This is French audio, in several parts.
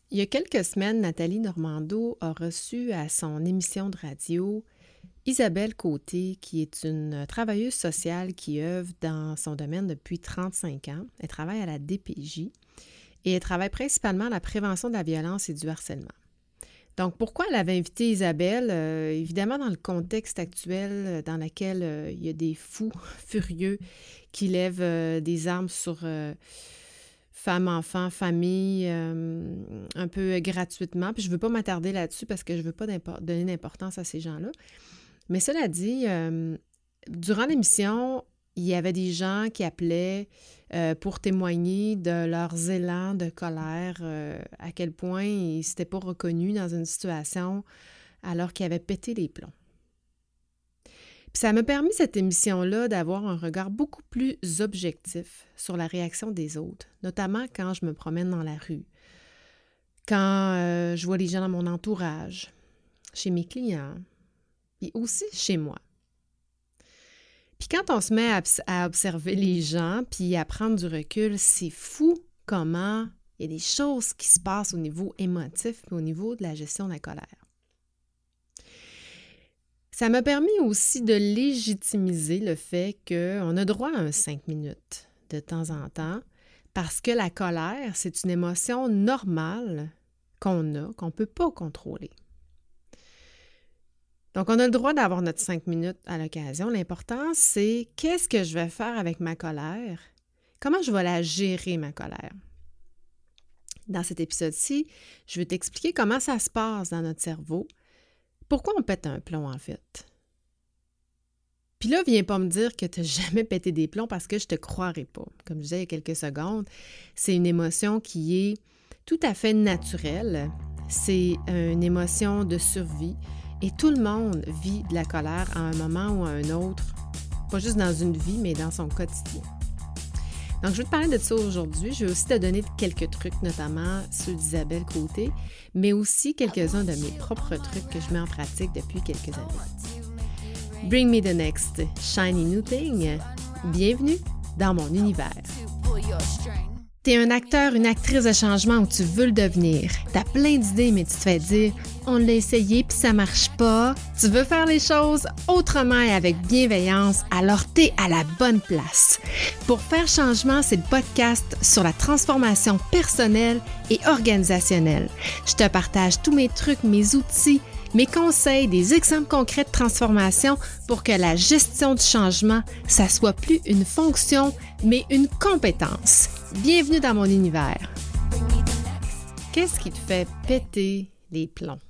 Il y a quelques semaines, Nathalie Normando a reçu à son émission de radio Isabelle Côté, qui est une travailleuse sociale qui œuvre dans son domaine depuis 35 ans. Elle travaille à la DPJ et elle travaille principalement à la prévention de la violence et du harcèlement. Donc, pourquoi elle avait invité Isabelle? Évidemment, dans le contexte actuel dans lequel il y a des fous furieux qui lèvent des armes sur femmes, enfants, famille, un peu gratuitement. Puis je ne veux pas m'attarder là-dessus parce que je ne veux pas donner d'importance à ces gens-là. Mais cela dit, durant l'émission, il y avait des gens qui appelaient pour témoigner de leurs élans de colère, à quel point ils ne s'étaient pas reconnus dans une situation alors qu'ils avaient pété les plombs. Puis ça m'a permis, cette émission-là, d'avoir un regard beaucoup plus objectif sur la réaction des autres, notamment quand je me promène dans la rue, quand je vois les gens dans mon entourage, chez mes clients, et aussi chez moi. Puis quand on se met à observer les gens, puis à prendre du recul, c'est fou comment il y a des choses qui se passent au niveau émotif et au niveau de la gestion de la colère. Ça m'a permis aussi de légitimiser le fait qu'on a droit à un 5 minutes de temps en temps parce que la colère, c'est une émotion normale qu'on a, qu'on ne peut pas contrôler. Donc, on a le droit d'avoir notre 5 minutes à l'occasion. L'important, c'est qu'est-ce que je vais faire avec ma colère? Comment je vais la gérer, ma colère? Dans cet épisode-ci, je vais t'expliquer comment ça se passe dans notre cerveau. Pourquoi on pète un plomb, en fait? Puis là, viens pas me dire que tu n'as jamais pété des plombs parce que je te croirais pas. Comme je disais il y a quelques secondes, c'est une émotion qui est tout à fait naturelle. C'est une émotion de survie et tout le monde vit de la colère à un moment ou à un autre, pas juste dans une vie, mais dans son quotidien. Donc, je vais te parler de ça aujourd'hui. Je vais aussi te donner quelques trucs, notamment ceux d'Isabelle Côté, mais aussi quelques-uns de mes propres trucs que je mets en pratique depuis quelques années. Bring me the next shiny new thing. Bienvenue dans mon univers. T'es un acteur, une actrice de changement ou tu veux le devenir. T'as plein d'idées, mais tu te fais dire « on l'a essayé puis ça marche pas ». Tu veux faire les choses autrement et avec bienveillance, alors t'es à la bonne place. Pour Faire changement, c'est le podcast sur la transformation personnelle et organisationnelle. Je te partage tous mes trucs, mes outils, mes conseils, des exemples concrets de transformation pour que la gestion du changement, ça soit plus une fonction, mais une compétence. Bienvenue dans mon univers. Qu'est-ce qui te fait péter les plombs?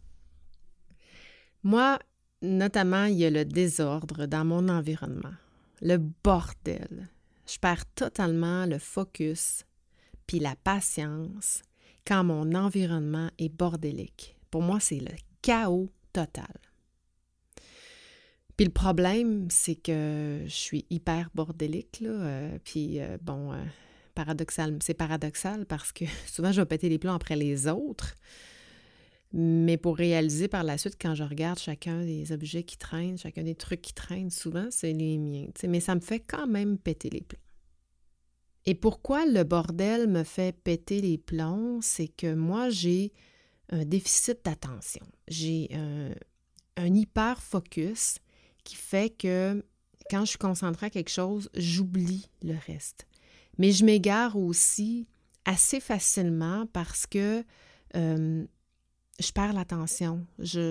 Moi, notamment, il y a le désordre dans mon environnement, le bordel. Je perds totalement le focus puis la patience quand mon environnement est bordélique. Pour moi, c'est le chaos total. Puis le problème, c'est que je suis hyper bordélique, là. C'est paradoxal parce que souvent, je vais péter les plombs après les autres. Mais pour réaliser par la suite, quand je regarde chacun des objets qui traînent, chacun des trucs qui traînent, souvent, c'est les miens. Mais ça me fait quand même péter les plombs. Et pourquoi le bordel me fait péter les plombs? C'est que moi, j'ai un déficit d'attention. J'ai un hyper-focus qui fait que quand je suis concentrée à quelque chose, j'oublie le reste. Mais je m'égare aussi assez facilement parce que je perds l'attention.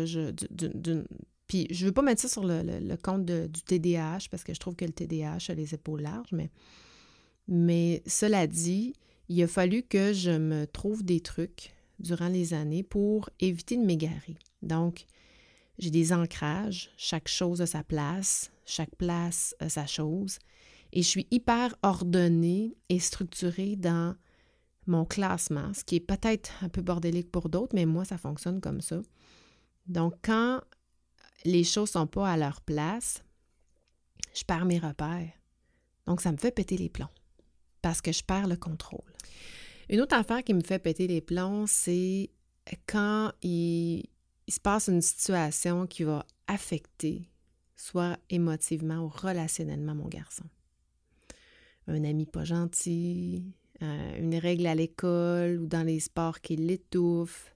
Puis je ne veux pas mettre ça sur le compte du TDAH parce que je trouve que le TDAH a les épaules larges, mais cela dit, il a fallu que je me trouve des trucs durant les années pour éviter de m'égarer. Donc, j'ai des ancrages, chaque chose a sa place, chaque place a sa chose, et je suis hyper ordonnée et structurée dans mon classement, ce qui est peut-être un peu bordélique pour d'autres, mais moi, ça fonctionne comme ça. Donc, quand les choses ne sont pas à leur place, je perds mes repères. Donc, ça me fait péter les plombs parce que je perds le contrôle. Une autre affaire qui me fait péter les plombs, c'est quand il se passe une situation qui va affecter, soit émotivement ou relationnellement, mon garçon. Un ami pas gentil, une règle à l'école ou dans les sports qui l'étouffe,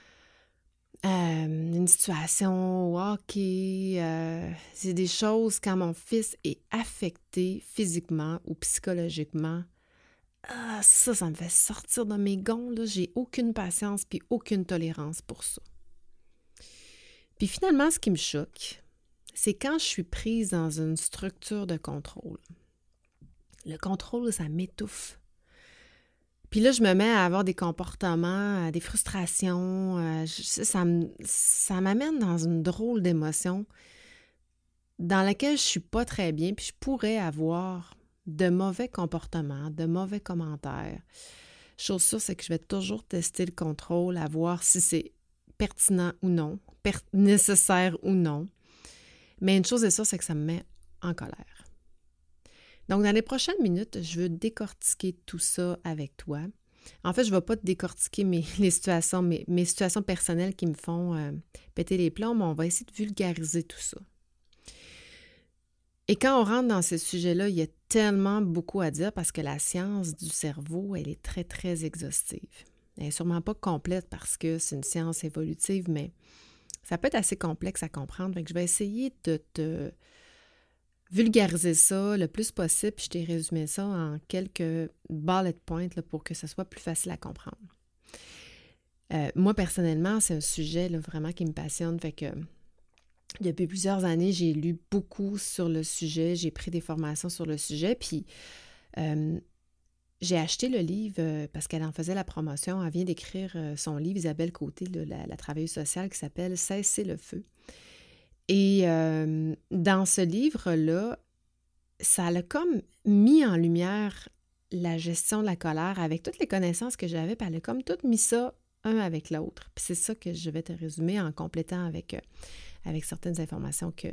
une situation au hockey. C'est des choses quand mon fils est affecté physiquement ou psychologiquement. Ça me fait sortir de mes gonds, là. J'ai aucune patience puis aucune tolérance pour ça. Puis finalement, ce qui me choque, c'est quand je suis prise dans une structure de contrôle. Le contrôle, ça m'étouffe. Puis là, je me mets à avoir des comportements, des frustrations. Ça m'amène dans une drôle d'émotion dans laquelle je suis pas très bien, puis je pourrais avoir de mauvais comportements, de mauvais commentaires. Chose sûre, c'est que je vais toujours tester le contrôle, à voir si c'est pertinent ou non, nécessaire ou non. Mais une chose est sûre, c'est que ça me met en colère. Donc, dans les prochaines minutes, je veux décortiquer tout ça avec toi. En fait, je ne vais pas te décortiquer mes situations personnelles qui me font péter les plombs, mais on va essayer de vulgariser tout ça. Et quand on rentre dans ce sujet-là, il y a tellement beaucoup à dire parce que la science du cerveau, elle est très, très exhaustive. Elle n'est sûrement pas complète parce que c'est une science évolutive, mais ça peut être assez complexe à comprendre. Donc, je vais essayer de te vulgariser ça le plus possible, puis je t'ai résumé ça en quelques bullet points là, pour que ce soit plus facile à comprendre. Moi, personnellement, c'est un sujet là, vraiment qui me passionne, fait que depuis plusieurs années, j'ai lu beaucoup sur le sujet, j'ai pris des formations sur le sujet, puis j'ai acheté le livre parce qu'elle en faisait la promotion. Elle vient d'écrire son livre, Isabelle Côté, là, la travailleuse sociale, qui s'appelle « Cesser le feu ». Et dans ce livre-là, ça l'a comme mis en lumière la gestion de la colère avec toutes les connaissances que j'avais, puis elle a comme tout mis ça un avec l'autre. Puis c'est ça que je vais te résumer en complétant avec certaines informations que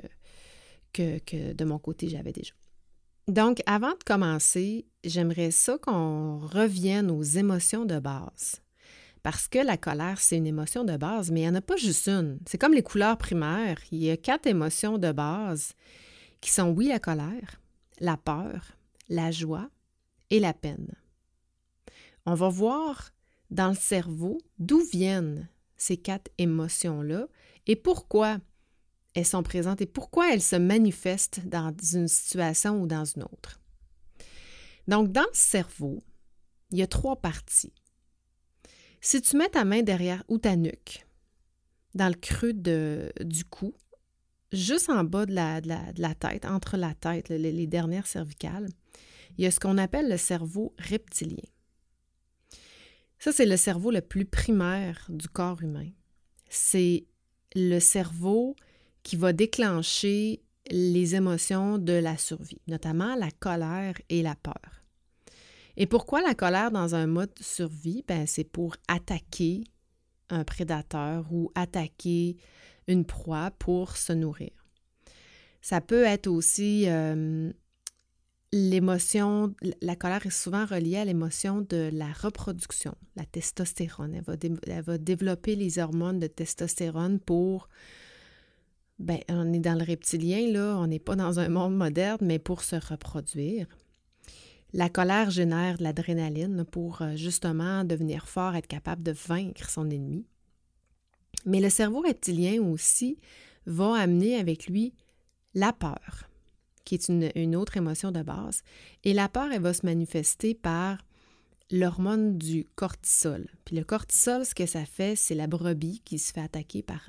de mon côté, j'avais déjà. Donc, avant de commencer, j'aimerais ça qu'on revienne aux émotions de base. Parce que la colère, c'est une émotion de base, mais il n'y en a pas juste une. C'est comme les couleurs primaires. Il y a 4 émotions de base qui sont, oui, la colère, la peur, la joie et la peine. On va voir dans le cerveau d'où viennent ces 4 émotions-là et pourquoi elles sont présentes et pourquoi elles se manifestent dans une situation ou dans une autre. Donc, dans le cerveau, il y a 3 parties. Si tu mets ta main derrière ou ta nuque, dans le creux du cou, juste en bas de la tête, entre la tête, les dernières cervicales, il y a ce qu'on appelle le cerveau reptilien. Ça, c'est le cerveau le plus primaire du corps humain. C'est le cerveau qui va déclencher les émotions de la survie, notamment la colère et la peur. Et pourquoi la colère dans un mode survie? C'est pour attaquer un prédateur ou attaquer une proie pour se nourrir. Ça peut être aussi l'émotion, la colère est souvent reliée à l'émotion de la reproduction, la testostérone. Elle va développer les hormones de testostérone pour, on est dans le reptilien, là, on n'est pas dans un monde moderne, mais pour se reproduire. La colère génère de l'adrénaline pour justement devenir fort, être capable de vaincre son ennemi. Mais le cerveau reptilien aussi va amener avec lui la peur, qui est une autre émotion de base. Et la peur, elle va se manifester par l'hormone du cortisol. Puis le cortisol, ce que ça fait, c'est la brebis qui se fait attaquer par,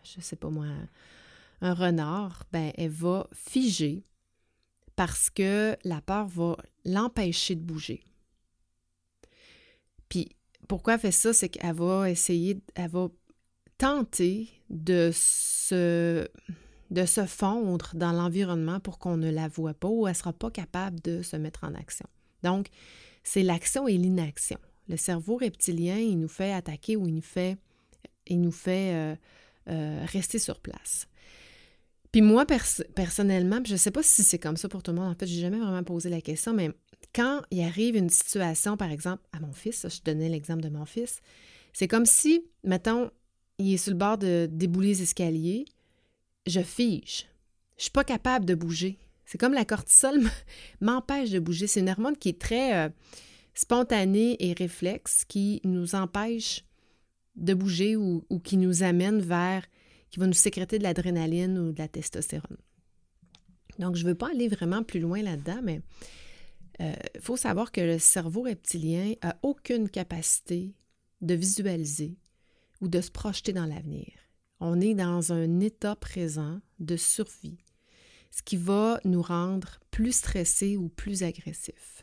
un renard. Elle va figer parce que la peur va l'empêcher de bouger. Puis, pourquoi elle fait ça? C'est qu'elle va tenter de se fondre dans l'environnement pour qu'on ne la voie pas ou elle ne sera pas capable de se mettre en action. Donc, c'est l'action et l'inaction. Le cerveau reptilien, il nous fait attaquer ou il nous fait rester sur place. Puis moi, personnellement, je ne sais pas si c'est comme ça pour tout le monde, en fait, je n'ai jamais vraiment posé la question, mais quand il arrive une situation, par exemple, à mon fils, je donnais l'exemple de mon fils, c'est comme si, mettons, il est sur le bord de débouler les escaliers, je fige. Je ne suis pas capable de bouger. C'est comme la cortisol m'empêche de bouger. C'est une hormone qui est très... spontanés et réflexes qui nous empêchent de bouger ou qui nous amènent qui va nous sécréter de l'adrénaline ou de la testostérone. Donc, je ne veux pas aller vraiment plus loin là-dedans, mais il faut savoir que le cerveau reptilien n'a aucune capacité de visualiser ou de se projeter dans l'avenir. On est dans un état présent de survie, ce qui va nous rendre plus stressés ou plus agressifs.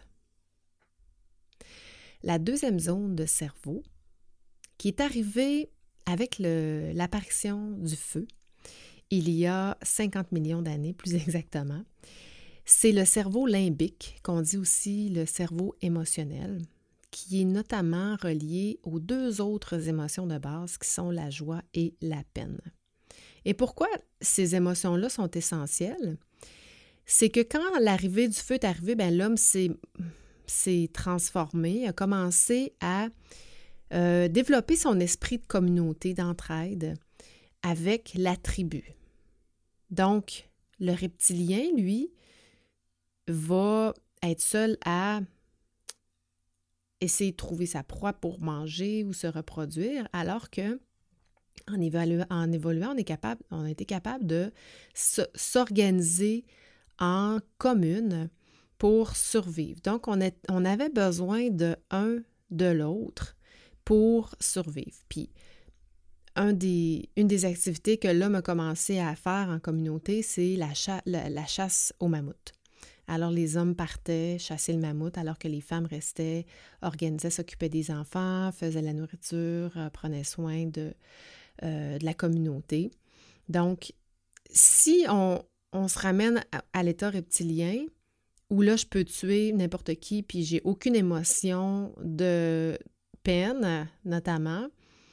La deuxième zone de cerveau, qui est arrivée avec l'apparition du feu, il y a 50 millions d'années plus exactement, c'est le cerveau limbique, qu'on dit aussi le cerveau émotionnel, qui est notamment relié aux deux autres émotions de base qui sont la joie et la peine. Et pourquoi ces émotions-là sont essentielles? C'est que quand l'arrivée du feu est arrivée, l'homme s'est transformé, a commencé à développer son esprit de communauté, d'entraide avec la tribu. Donc, le reptilien, lui, va être seul à essayer de trouver sa proie pour manger ou se reproduire, alors que en évoluant, on a été capable de s'organiser en commune pour survivre. Donc, on avait besoin de un de l'autre pour survivre. Puis, une des activités que l'homme a commencé à faire en communauté, c'est la chasse au mammouth. Alors, les hommes partaient chasser le mammouth alors que les femmes restaient, organisaient, s'occupaient des enfants, faisaient la nourriture, prenaient soin de la communauté. Donc, si on se ramène à l'état reptilien, où là, je peux tuer n'importe qui, puis j'ai aucune émotion de peine, notamment,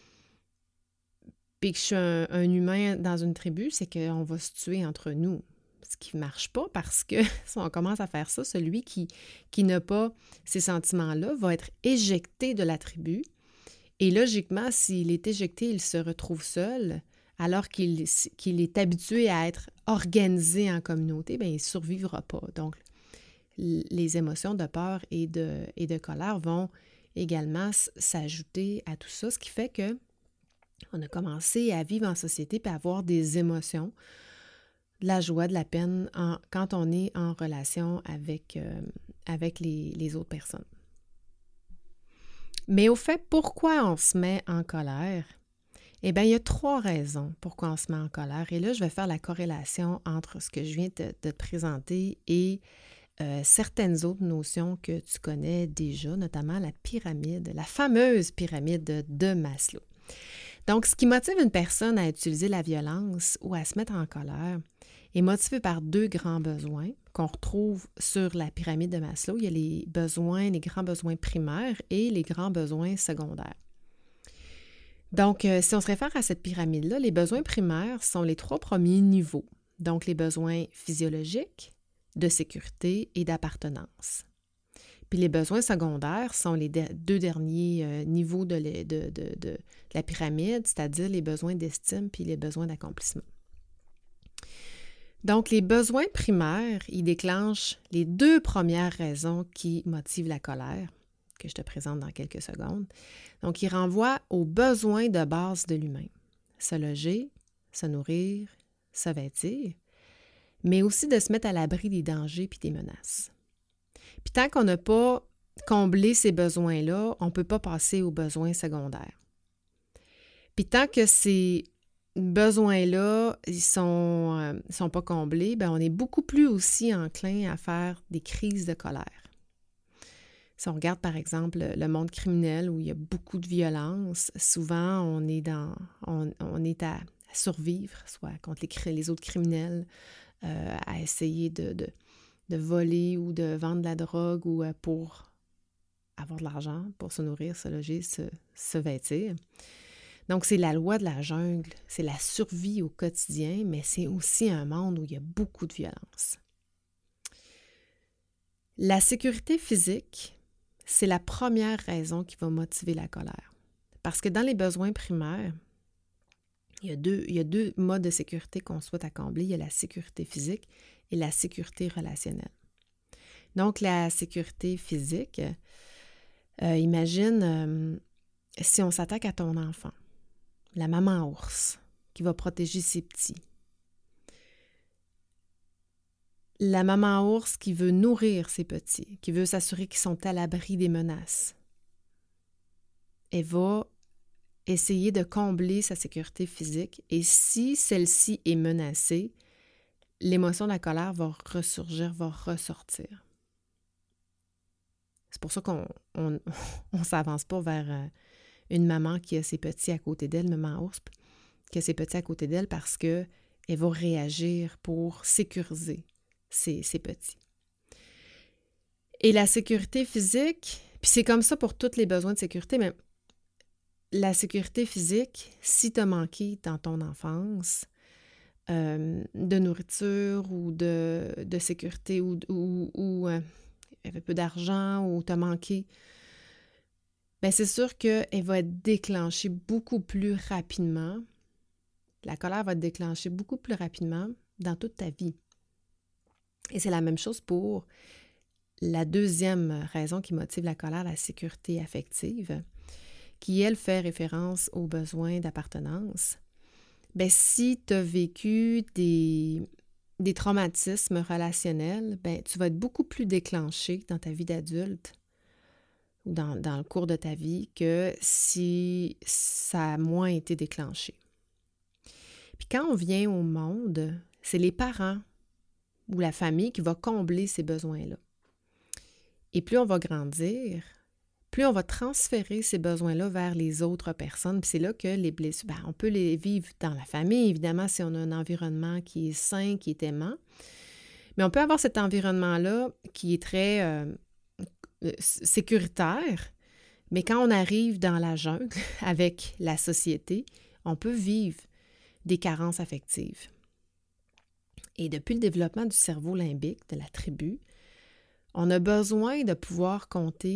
puis que je suis un humain dans une tribu, c'est qu'on va se tuer entre nous. Ce qui ne marche pas parce que si on commence à faire ça, celui qui n'a pas ces sentiments-là va être éjecté de la tribu. Et logiquement, s'il est éjecté, il se retrouve seul, alors qu'il est habitué à être organisé en communauté, il ne survivra pas. Donc, les émotions de peur et de colère vont également s'ajouter à tout ça, ce qui fait que on a commencé à vivre en société et à avoir des émotions, de la joie, de la peine, quand on est en relation avec les autres personnes. Mais au fait, pourquoi on se met en colère? Eh bien, il y a 3 raisons pourquoi on se met en colère. Et là, je vais faire la corrélation entre ce que je viens de te présenter et certaines autres notions que tu connais déjà, notamment la pyramide, la fameuse pyramide de Maslow. Donc, ce qui motive une personne à utiliser la violence ou à se mettre en colère est motivé par 2 grands besoins qu'on retrouve sur la pyramide de Maslow. Il y a les grands besoins primaires et les grands besoins secondaires. Donc, si on se réfère à cette pyramide-là, les besoins primaires sont les 3 premiers niveaux. Donc, les besoins physiologiques, de sécurité et d'appartenance. Puis les besoins secondaires sont les 2 derniers niveaux de la pyramide, c'est-à-dire les besoins d'estime puis les besoins d'accomplissement. Donc, les besoins primaires, ils déclenchent les 2 premières raisons qui motivent la colère, que je te présente dans quelques secondes. Donc, ils renvoient aux besoins de base de l'humain. Se loger, se nourrir, se vêtir, mais aussi de se mettre à l'abri des dangers puis des menaces. Puis tant qu'on n'a pas comblé ces besoins-là, on ne peut pas passer aux besoins secondaires. Puis tant que ces besoins-là ne sont pas comblés, on est beaucoup plus aussi enclin à faire des crises de colère. Si on regarde par exemple le monde criminel où il y a beaucoup de violence, souvent on est à survivre, soit contre les autres criminels, à essayer de voler ou de vendre de la drogue ou pour avoir de l'argent, pour se nourrir, se loger, se vêtir. Donc, c'est la loi de la jungle, c'est la survie au quotidien, mais c'est aussi un monde où il y a beaucoup de violence. La sécurité physique, c'est la première raison qui va motiver la colère. Parce que dans les besoins primaires, il y a deux modes de sécurité qu'on souhaite combler. Il y a la sécurité physique et la sécurité relationnelle. Donc, la sécurité physique, Imagine si on s'attaque à ton enfant, la maman ours qui va protéger ses petits. La maman ours qui veut nourrir ses petits, qui veut s'assurer qu'ils sont à l'abri des menaces. Elle va essayer de combler sa sécurité physique et si celle-ci est menacée, l'émotion de la colère va ressurgir, va ressortir. C'est pour ça qu'on on s'avance pas vers une maman qui a ses petits à côté d'elle, maman ours, qui a ses petits à côté d'elle parce qu'elle va réagir pour sécuriser ses petits. Et la sécurité physique, puis c'est comme ça pour tous les besoins de sécurité, mais la sécurité physique, si tu as manqué dans ton enfance de nourriture ou de sécurité ou il y avait peu d'argent ou tu as manqué, bien c'est sûr qu'elle va être déclenchée beaucoup plus rapidement. La colère va être déclenchée beaucoup plus rapidement dans toute ta vie. Et c'est la même chose pour la deuxième raison qui motive la colère, la sécurité affective, qui, elle, fait référence aux besoins d'appartenance. Bien, si tu as vécu des traumatismes relationnels, bien, tu vas être beaucoup plus déclenché dans ta vie d'adulte ou dans le cours de ta vie que si ça a moins été déclenché. Puis quand on vient au monde, c'est les parents ou la famille qui va combler ces besoins-là. Et plus on va grandir, plus on va transférer ces besoins-là vers les autres personnes. Puis c'est là que les blessures, bien, on peut les vivre dans la famille, évidemment, si on a un environnement qui est sain, qui est aimant. Mais on peut avoir cet environnement-là qui est très sécuritaire. Mais quand on arrive dans la jungle avec la société, on peut vivre des carences affectives. Et depuis le développement du cerveau limbique de la tribu, on a besoin de pouvoir compter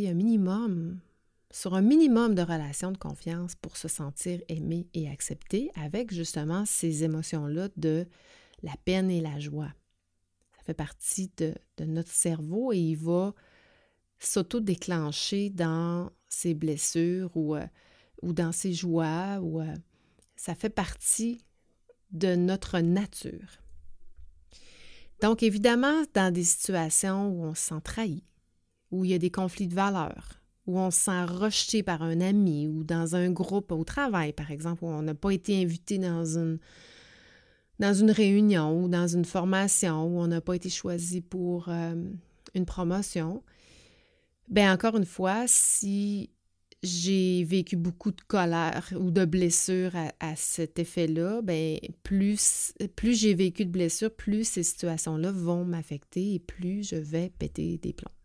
sur un minimum de relations de confiance pour se sentir aimé et accepté avec justement ces émotions-là de la peine et la joie. Ça fait partie de notre cerveau et il va s'auto-déclencher dans ses blessures ou dans ses joies. Ça fait partie de notre nature. Donc, évidemment, dans des situations où on se sent trahi, où il y a des conflits de valeurs, où on se sent rejeté par un ami ou dans un groupe au travail, par exemple, où on n'a pas été invité dans une réunion ou dans une formation, où on n'a pas été choisi pour une promotion, bien, encore une fois, si j'ai vécu beaucoup de colère ou de blessures à cet effet-là, bien, plus j'ai vécu de blessures, plus ces situations-là vont m'affecter et plus je vais péter des plombs.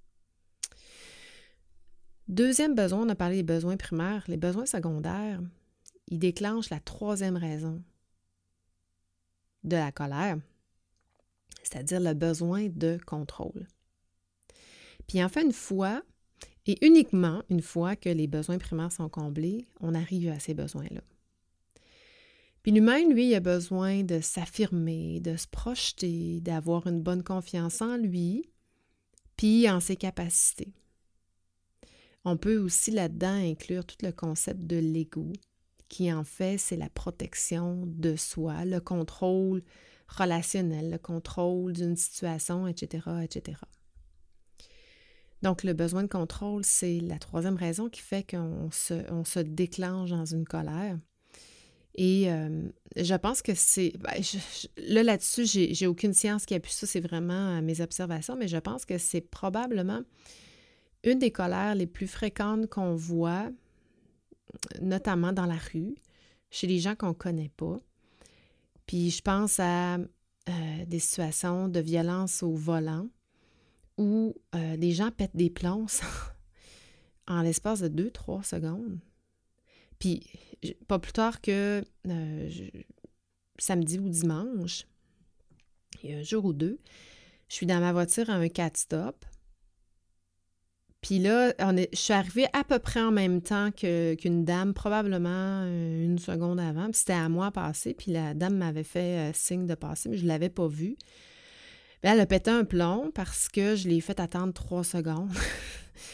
Deuxième besoin, on a parlé des besoins primaires. Les besoins secondaires, ils déclenchent la troisième raison de la colère, c'est-à-dire le besoin de contrôle. Puis en fait, une fois, et uniquement une fois que les besoins primaires sont comblés, on arrive à ces besoins-là. Puis l'humain, lui, il a besoin de s'affirmer, de se projeter, d'avoir une bonne confiance en lui, puis en ses capacités. On peut aussi là-dedans inclure tout le concept de l'ego, qui en fait, c'est la protection de soi, le contrôle relationnel, le contrôle d'une situation, etc., etc. Donc, le besoin de contrôle, c'est la troisième raison qui fait qu'on se déclenche dans une colère. Et je pense que c'est... là-dessus, j'ai aucune science qui appuie ça, c'est vraiment mes observations, mais je pense que c'est probablement une des colères les plus fréquentes qu'on voit, notamment dans la rue, chez les gens qu'on ne connaît pas. Puis je pense à des situations de violence au volant, où des gens pètent des plombs en l'espace de 2-3 secondes. Puis, pas plus tard que samedi ou dimanche, il y a un jour ou deux, je suis dans ma voiture à un 4-stop. Puis là, je suis arrivée à peu près en même temps qu'une dame, probablement une seconde avant. Puis c'était à moi à passer. Puis la dame m'avait fait signe de passer, mais je ne l'avais pas vue. Bien, elle a pété un plomb parce que je l'ai fait attendre 3 secondes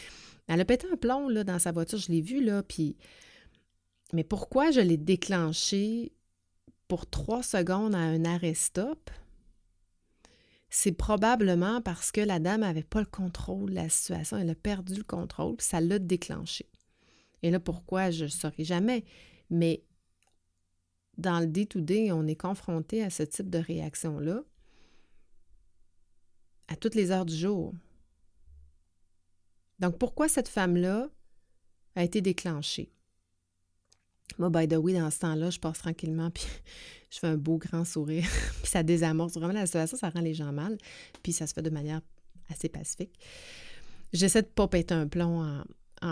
Elle a pété un plomb là, dans sa voiture, je l'ai vu, là, puis... Mais pourquoi je l'ai déclenché pour 3 secondes à un arrêt-stop? C'est probablement parce que la dame n'avait pas le contrôle de la situation. Elle a perdu le contrôle, puis ça l'a déclenché. Et là, pourquoi, je ne saurais jamais. Mais dans le day-to-day, on est confronté à ce type de réaction-là à toutes les heures du jour. Donc, pourquoi cette femme-là a été déclenchée? Moi, by the way, dans ce temps-là, je passe tranquillement, puis je fais un beau grand sourire, puis ça désamorce vraiment la situation, ça rend les gens mal, puis ça se fait de manière assez pacifique. J'essaie de ne pas péter un plomb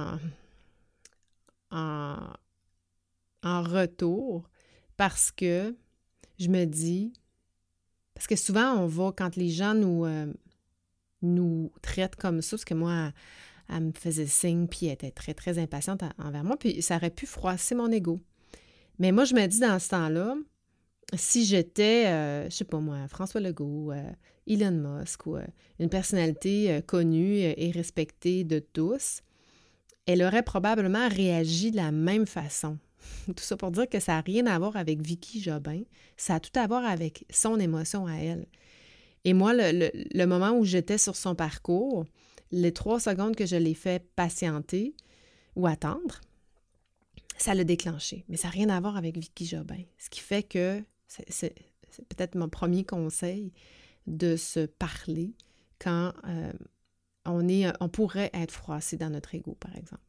en retour, parce que je me dis, parce que souvent, on va, quand les gens nous traitent comme ça, parce que moi, elle me faisait signe, puis elle était très, très impatiente envers moi, puis ça aurait pu froisser mon ego. Mais moi, je me dis dans ce temps-là, si j'étais, je sais pas moi, François Legault, Elon Musk, ou une personnalité connue et respectée de tous, elle aurait probablement réagi de la même façon. Tout ça pour dire que ça n'a rien à voir avec Vicky Jobin, ça a tout à voir avec son émotion à elle. Et moi, le moment où j'étais sur son parcours, les 3 secondes que je l'ai fait patienter ou attendre, ça l'a déclenché. Mais ça n'a rien à voir avec Vicky Jobin. Ce qui fait que c'est peut-être mon premier conseil de se parler quand on pourrait être froissé dans notre ego, par exemple.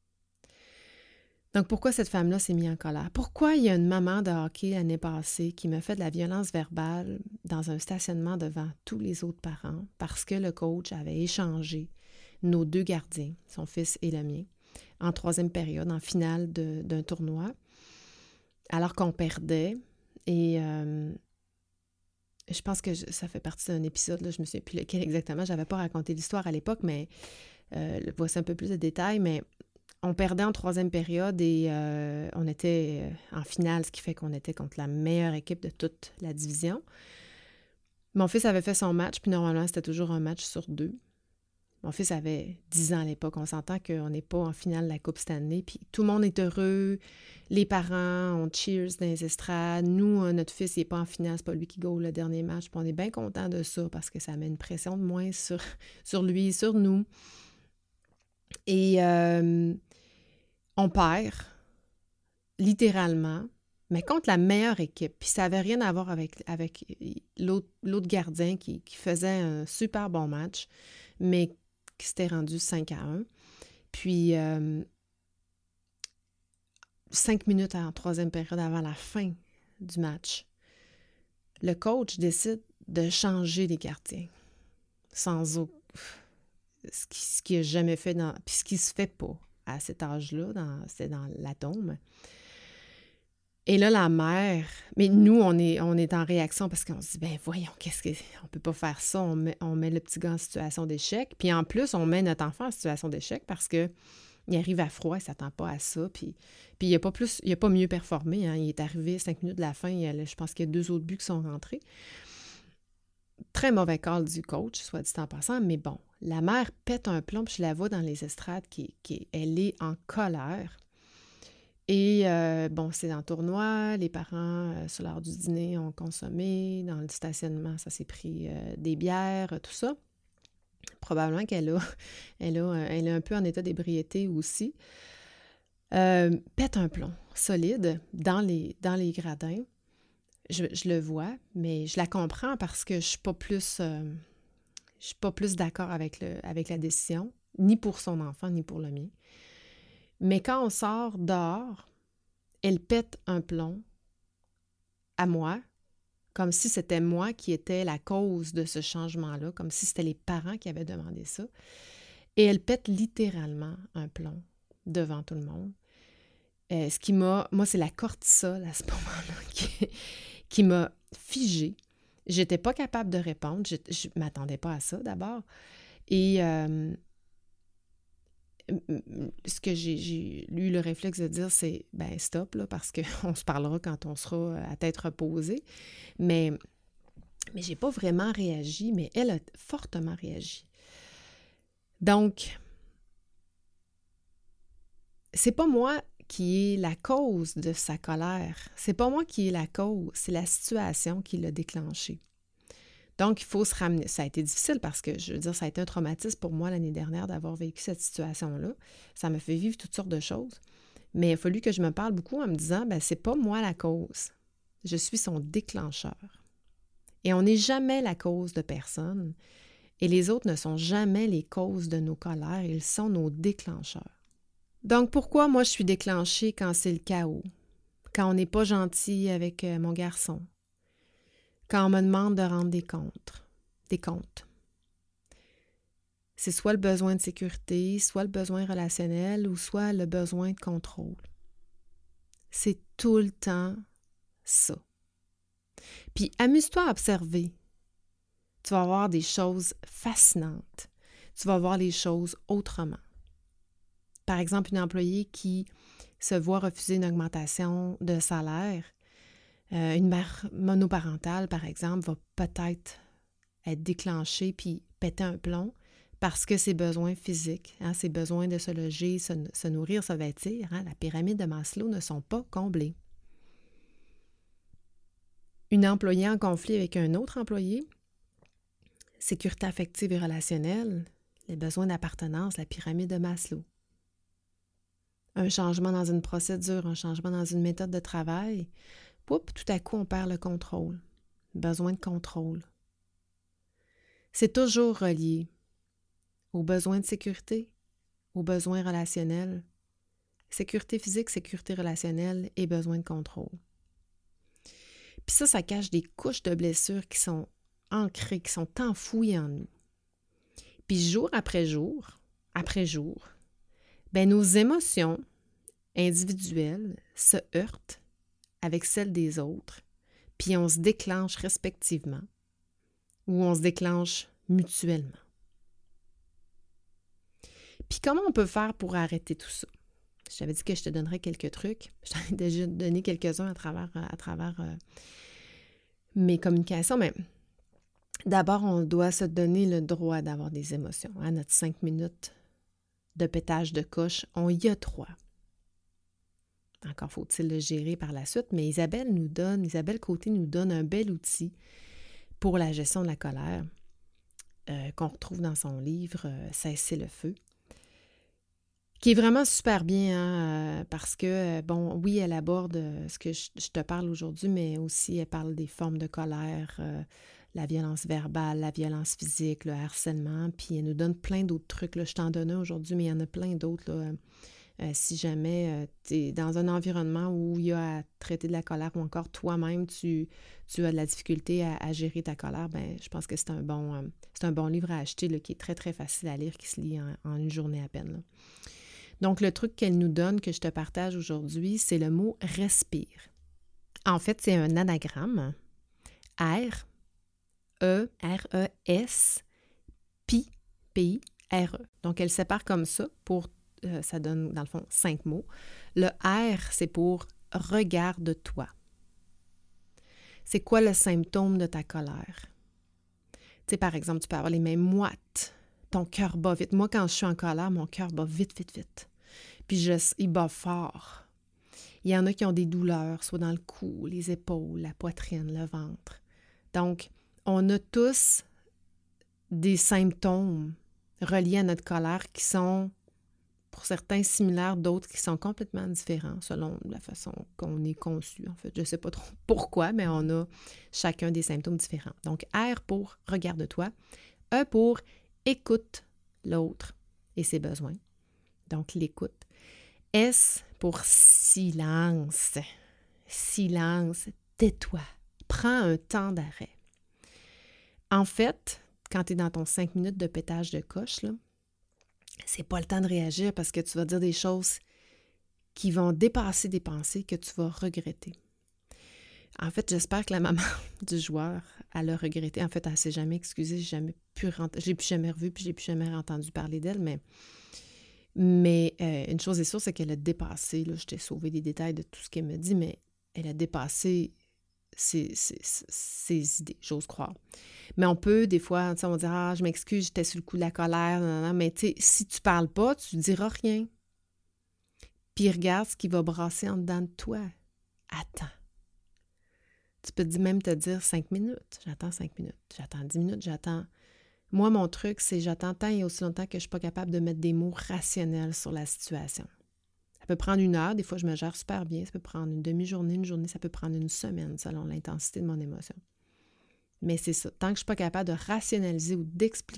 Donc, pourquoi cette femme-là s'est mise en colère? Pourquoi il y a une maman de hockey l'année passée qui me fait de la violence verbale dans un stationnement devant tous les autres parents parce que le coach avait échangé nos 2 gardiens, son fils et le mien, en 3e période, en finale d'un tournoi, alors qu'on perdait. Et je pense que ça fait partie d'un épisode, là, je ne me souviens plus lequel exactement, je n'avais pas raconté l'histoire à l'époque, mais voici un peu plus de détails, mais on perdait en 3e période et on était en finale, ce qui fait qu'on était contre la meilleure équipe de toute la division. Mon fils avait fait son match, puis normalement, c'était toujours un match sur 2. Mon fils avait 10 ans à l'époque. On s'entend qu'on n'est pas en finale de la Coupe Stanley, puis tout le monde est heureux. Les parents, on cheers dans les estrades. Nous, notre fils, il n'est pas en finale, c'est pas lui qui gagne le dernier match. Puis on est bien content de ça parce que ça met une pression de moins sur lui, sur nous. Et on perd, littéralement, mais contre la meilleure équipe. Puis ça n'avait rien à voir avec l'autre gardien qui faisait un super bon match, mais qui s'était rendu 5-1. Puis 5 minutes en 3e période avant la fin du match, le coach décide de changer les gardiens. Sans aucun... Ce qui n'a jamais fait puis ce qui ne se fait pas à cet âge-là, c'est dans l'atome. Et là, la mère, mais nous, on est en réaction parce qu'on se dit, ben voyons, on peut pas faire ça, on met le petit gars en situation d'échec, puis en plus, on met notre enfant en situation d'échec parce que il arrive à froid, il ne s'attend pas à ça, puis il n'a pas mieux performé, hein. Il est arrivé 5 minutes de la fin, je pense qu'il y a 2 autres buts qui sont rentrés. Très mauvais call du coach, soit dit en passant, mais bon, la mère pète un plomb, puis je la vois dans les estrades, elle est en colère. Et bon, c'est en tournoi, les parents, sur l'heure du dîner, ont consommé, dans le stationnement, ça s'est pris des bières, tout ça. Probablement qu'elle est un peu en état d'ébriété aussi. Pète un plomb solide dans les gradins. Je le vois, mais je la comprends parce que je suis pas plus d'accord avec la décision, ni pour son enfant, ni pour le mien. Mais quand on sort dehors, elle pète un plomb à moi, comme si c'était moi qui étais la cause de ce changement-là, comme si c'était les parents qui avaient demandé ça. Et elle pète littéralement un plomb devant tout le monde. Ce qui moi, c'est la cortisol à ce moment-là qui m'a figée. J'étais pas capable de répondre. Je m'attendais pas à ça d'abord. Et ce que j'ai eu le réflexe de dire, c'est « ben stop, là, parce qu'on se parlera quand on sera à tête reposée. » Mais j'ai pas vraiment réagi, mais elle a fortement réagi. Donc, c'est pas moi qui est la cause de sa colère. C'est pas moi qui est la cause, c'est la situation qui l'a déclenché. Donc, il faut se ramener. Ça a été difficile parce que, je veux dire, ça a été un traumatisme pour moi l'année dernière d'avoir vécu cette situation-là. Ça m'a fait vivre toutes sortes de choses. Mais il a fallu que je me parle beaucoup en me disant, ben c'est pas moi la cause. Je suis son déclencheur. Et on n'est jamais la cause de personne. Et les autres ne sont jamais les causes de nos colères. Ils sont nos déclencheurs. Donc, pourquoi moi je suis déclenchée quand c'est le chaos? Quand on n'est pas gentil avec mon garçon? Quand on me demande de rendre des comptes. C'est soit le besoin de sécurité, soit le besoin relationnel ou soit le besoin de contrôle. C'est tout le temps ça. Puis amuse-toi à observer. Tu vas voir des choses fascinantes. Tu vas voir les choses autrement. Par exemple, une employée qui se voit refuser une augmentation de salaire, une mère monoparentale, par exemple, va peut-être être déclenchée puis péter un plomb parce que ses besoins physiques, ses besoins de se loger, se nourrir, se vêtir, la pyramide de Maslow ne sont pas comblés. Une employée en conflit avec un autre employé, sécurité affective et relationnelle, les besoins d'appartenance, la pyramide de Maslow. Un changement dans une procédure, un changement dans une méthode de travail, tout à coup, on perd le contrôle. Besoin de contrôle. C'est toujours relié aux besoins de sécurité, aux besoins relationnels. Sécurité physique, sécurité relationnelle et besoin de contrôle. Puis ça cache des couches de blessures qui sont ancrées, qui sont enfouies en nous. Puis jour, ben nos émotions individuelles se heurtent avec celles des autres, puis on se déclenche respectivement ou on se déclenche mutuellement. Puis comment on peut faire pour arrêter tout ça? Je t'avais dit que je te donnerais quelques trucs. Je t'en ai déjà donné quelques-uns à travers mes communications, mais d'abord, on doit se donner le droit d'avoir des émotions. Notre 5 minutes de pétage de coche, on y a 3. Encore faut-il le gérer par la suite, mais Isabelle Côté nous donne un bel outil pour la gestion de la colère qu'on retrouve dans son livre « Cesser le feu », qui est vraiment super bien parce que, oui, elle aborde ce que je te parle aujourd'hui, mais aussi elle parle des formes de colère, la violence verbale, la violence physique, le harcèlement, puis elle nous donne plein d'autres trucs. Là. Je t'en donne un aujourd'hui, mais il y en a plein d'autres. Là. Si jamais tu es dans un environnement où il y a à traiter de la colère ou encore toi-même, tu as de la difficulté à gérer ta colère, ben je pense que c'est un bon livre à acheter là, qui est très, très facile à lire, qui se lit en une journée à peine. Là. Donc, le truc qu'elle nous donne, que je te partage aujourd'hui, c'est le mot « respire ». En fait, c'est un anagramme. R, E, R-E-S, P-I-R-E. Donc, elle sépare comme ça pour... ça donne, dans le fond, 5 mots. Le R, c'est pour « regarde-toi ». C'est quoi le symptôme de ta colère? Tu sais, par exemple, tu peux avoir les mains moites, ton cœur bat vite. Moi, quand je suis en colère, mon cœur bat vite, vite, vite. Puis il bat fort. Il y en a qui ont des douleurs, soit dans le cou, les épaules, la poitrine, le ventre. Donc, on a tous des symptômes reliés à notre colère qui sont, pour certains, similaires, d'autres qui sont complètement différents selon la façon qu'on est conçu. En fait, je ne sais pas trop pourquoi, mais on a chacun des symptômes différents. Donc, R pour « regarde-toi », E pour « écoute l'autre et ses besoins ». Donc, l'écoute. S pour « silence ». Silence, tais-toi. Prends un temps d'arrêt. En fait, quand tu es dans ton 5 minutes de pétage de coche, là, c'est pas le temps de réagir parce que tu vas dire des choses qui vont dépasser des pensées que tu vas regretter. En fait, j'espère que la maman du joueur, elle a regretté. En fait, elle ne s'est jamais excusée, je l'ai plus jamais revue, puis je n'ai plus jamais entendu parler d'elle, mais une chose est sûre, c'est qu'elle a dépassé, là, je t'ai sauvé des détails de tout ce qu'elle me dit, mais elle a dépassé ses idées, j'ose croire. Mais on peut, des fois, on va dire « Ah, je m'excuse, j'étais sur le coup de la colère, », mais tu sais, si tu parles pas, tu diras rien. puis regarde ce qui va brasser en dedans de toi. Attends. Tu peux même te dire 5 minutes. J'attends 5 minutes. J'attends 10 minutes. J'attends. Moi, mon truc, c'est j'attends tant et aussi longtemps que je ne suis pas capable de mettre des mots rationnels sur la situation. Ça peut prendre 1 heure. Des fois, je me gère super bien. Ça peut prendre une demi-journée, une journée. Ça peut prendre une semaine selon l'intensité de mon émotion. Mais c'est ça. Tant que je ne suis pas capable de rationaliser ou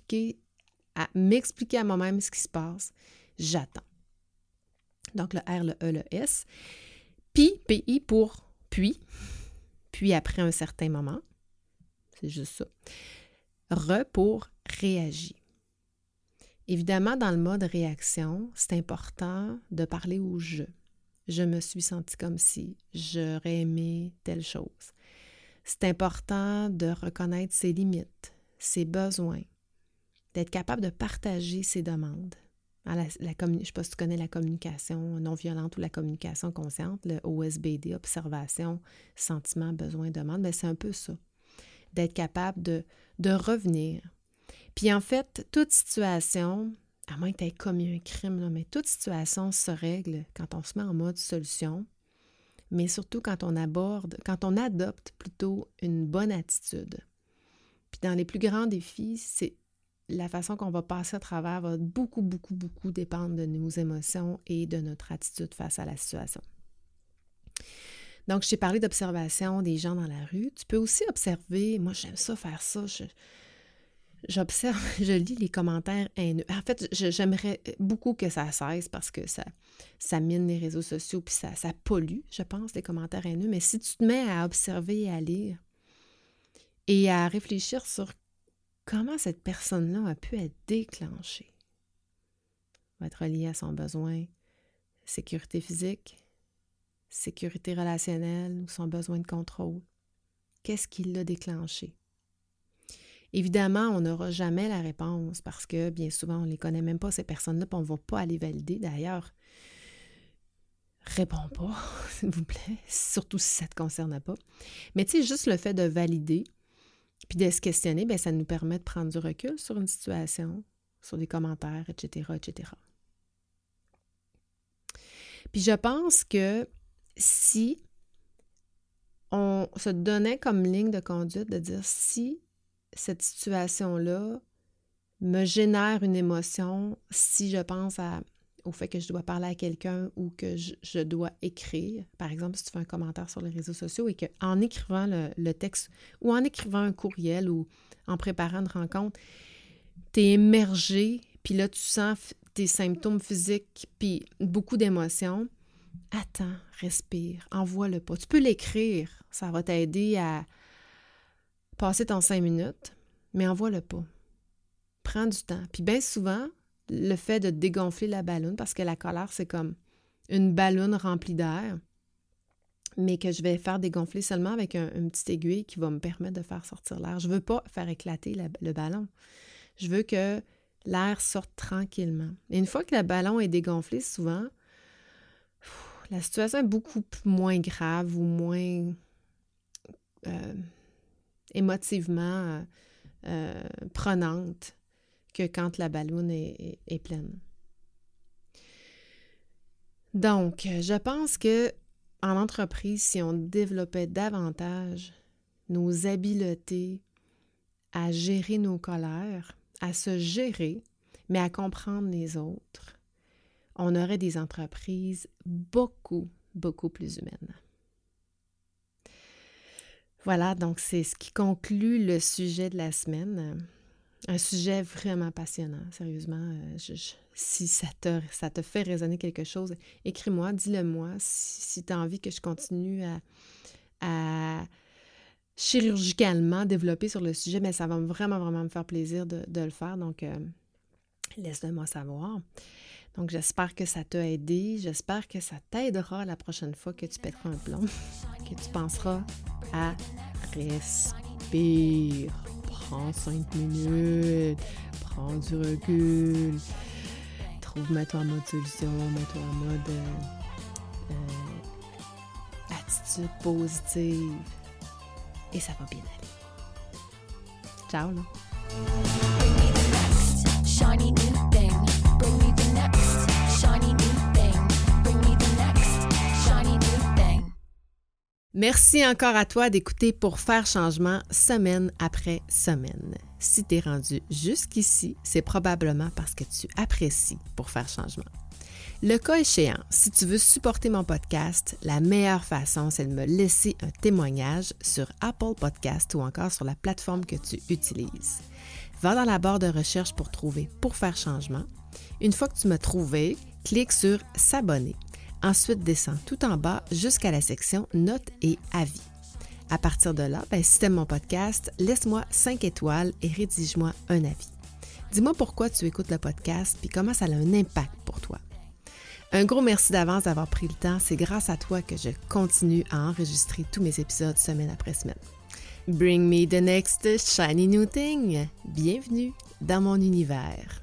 m'expliquer à moi-même ce qui se passe, j'attends. Donc, le R, le E, le S. P-I pour puis après un certain moment. C'est juste ça. R pour réagir. Évidemment, dans le mode réaction, c'est important de parler au « je ». Je me suis sentie comme si j'aurais aimé telle chose. C'est important de reconnaître ses limites, ses besoins, d'être capable de partager ses demandes. Je ne sais pas si tu connais la communication non violente ou la communication consciente, le OSBD, observation, sentiment, besoin, demande, mais c'est un peu ça, d'être capable de revenir. Puis en fait, toute situation, à moins que tu aies commis un crime, là, mais toute situation se règle quand on se met en mode solution, mais surtout quand on adopte plutôt une bonne attitude. Puis dans les plus grands défis, c'est la façon qu'on va passer à travers va beaucoup, beaucoup, beaucoup dépendre de nos émotions et de notre attitude face à la situation. Donc, je t'ai parlé d'observation des gens dans la rue. Tu peux aussi observer, moi j'aime ça faire ça, j'observe, je lis les commentaires haineux. En fait, j'aimerais beaucoup que ça cesse parce que ça mine les réseaux sociaux puis ça pollue, je pense, les commentaires haineux. Mais si tu te mets à observer et à lire et à réfléchir sur comment cette personne-là a pu être déclenchée, va être reliée à son besoin sécurité physique, sécurité relationnelle ou son besoin de contrôle. Qu'est-ce qui l'a déclenché? Évidemment, on n'aura jamais la réponse parce que bien souvent, on ne les connaît même pas, ces personnes-là, puis on ne va pas aller valider. D'ailleurs, réponds pas, s'il vous plaît, surtout si ça ne te concerne pas. Mais tu sais, juste le fait de valider puis de se questionner, bien, ça nous permet de prendre du recul sur une situation, sur des commentaires, etc., etc. Puis je pense que si on se donnait comme ligne de conduite de dire si cette situation-là me génère une émotion, si je pense au fait que je dois parler à quelqu'un ou que je dois écrire, par exemple, si tu fais un commentaire sur les réseaux sociaux et qu'en écrivant le texte ou en écrivant un courriel ou en préparant une rencontre, tu es émergé, puis là, tu sens tes symptômes physiques, puis beaucoup d'émotions, attends, respire, envoie-le pas. Tu peux l'écrire, ça va t'aider à passer ton 5 minutes, mais envoie-le pas. Prends du temps. Puis bien souvent, le fait de dégonfler la balloune, parce que la colère, c'est comme une balloune remplie d'air, mais que je vais faire dégonfler seulement avec une petite aiguille qui va me permettre de faire sortir l'air. Je ne veux pas faire éclater le ballon. Je veux que l'air sorte tranquillement. Et une fois que le ballon est dégonflé, souvent, la situation est beaucoup moins grave ou moins émotivement prenante que quand la balloune est pleine. Donc, je pense que en entreprise, si on développait davantage nos habiletés à gérer nos colères, à se gérer, mais à comprendre les autres, on aurait des entreprises beaucoup, beaucoup plus humaines. Voilà, donc c'est ce qui conclut le sujet de la semaine. Un sujet vraiment passionnant, sérieusement. Si ça te fait résonner quelque chose, écris-moi, dis-le-moi. Si tu as envie que je continue à chirurgicalement développer sur le sujet, mais ça va vraiment, vraiment me faire plaisir de le faire. Donc, laisse-le-moi savoir. Donc, j'espère que ça t'a aidé. J'espère que ça t'aidera la prochaine fois que tu pèteras un plomb, que tu penseras à respire. Prends 5 minutes, prends du recul, mets-toi en mode solution, mets-toi en mode attitude positive et ça va bien aller. Ciao là! Bring me the next shiny new thing. Bring me the next shiny new thing. Bring me the Merci encore à toi d'écouter Pour faire changement semaine après semaine. Si tu es rendu jusqu'ici, c'est probablement parce que tu apprécies Pour faire changement. Le cas échéant, si tu veux supporter mon podcast, la meilleure façon, c'est de me laisser un témoignage sur Apple Podcast ou encore sur la plateforme que tu utilises. Va dans la barre de recherche pour trouver Pour faire changement. Une fois que tu m'as trouvé, clique sur « S'abonner ». Ensuite, descends tout en bas jusqu'à la section « Notes et avis ». À partir de là, si tu aimes mon podcast, laisse-moi 5 étoiles et rédige-moi un avis. Dis-moi pourquoi tu écoutes le podcast puis comment ça a un impact pour toi. Un gros merci d'avance d'avoir pris le temps. C'est grâce à toi que je continue à enregistrer tous mes épisodes semaine après semaine. Bring me the next shiny new thing. Bienvenue dans mon univers.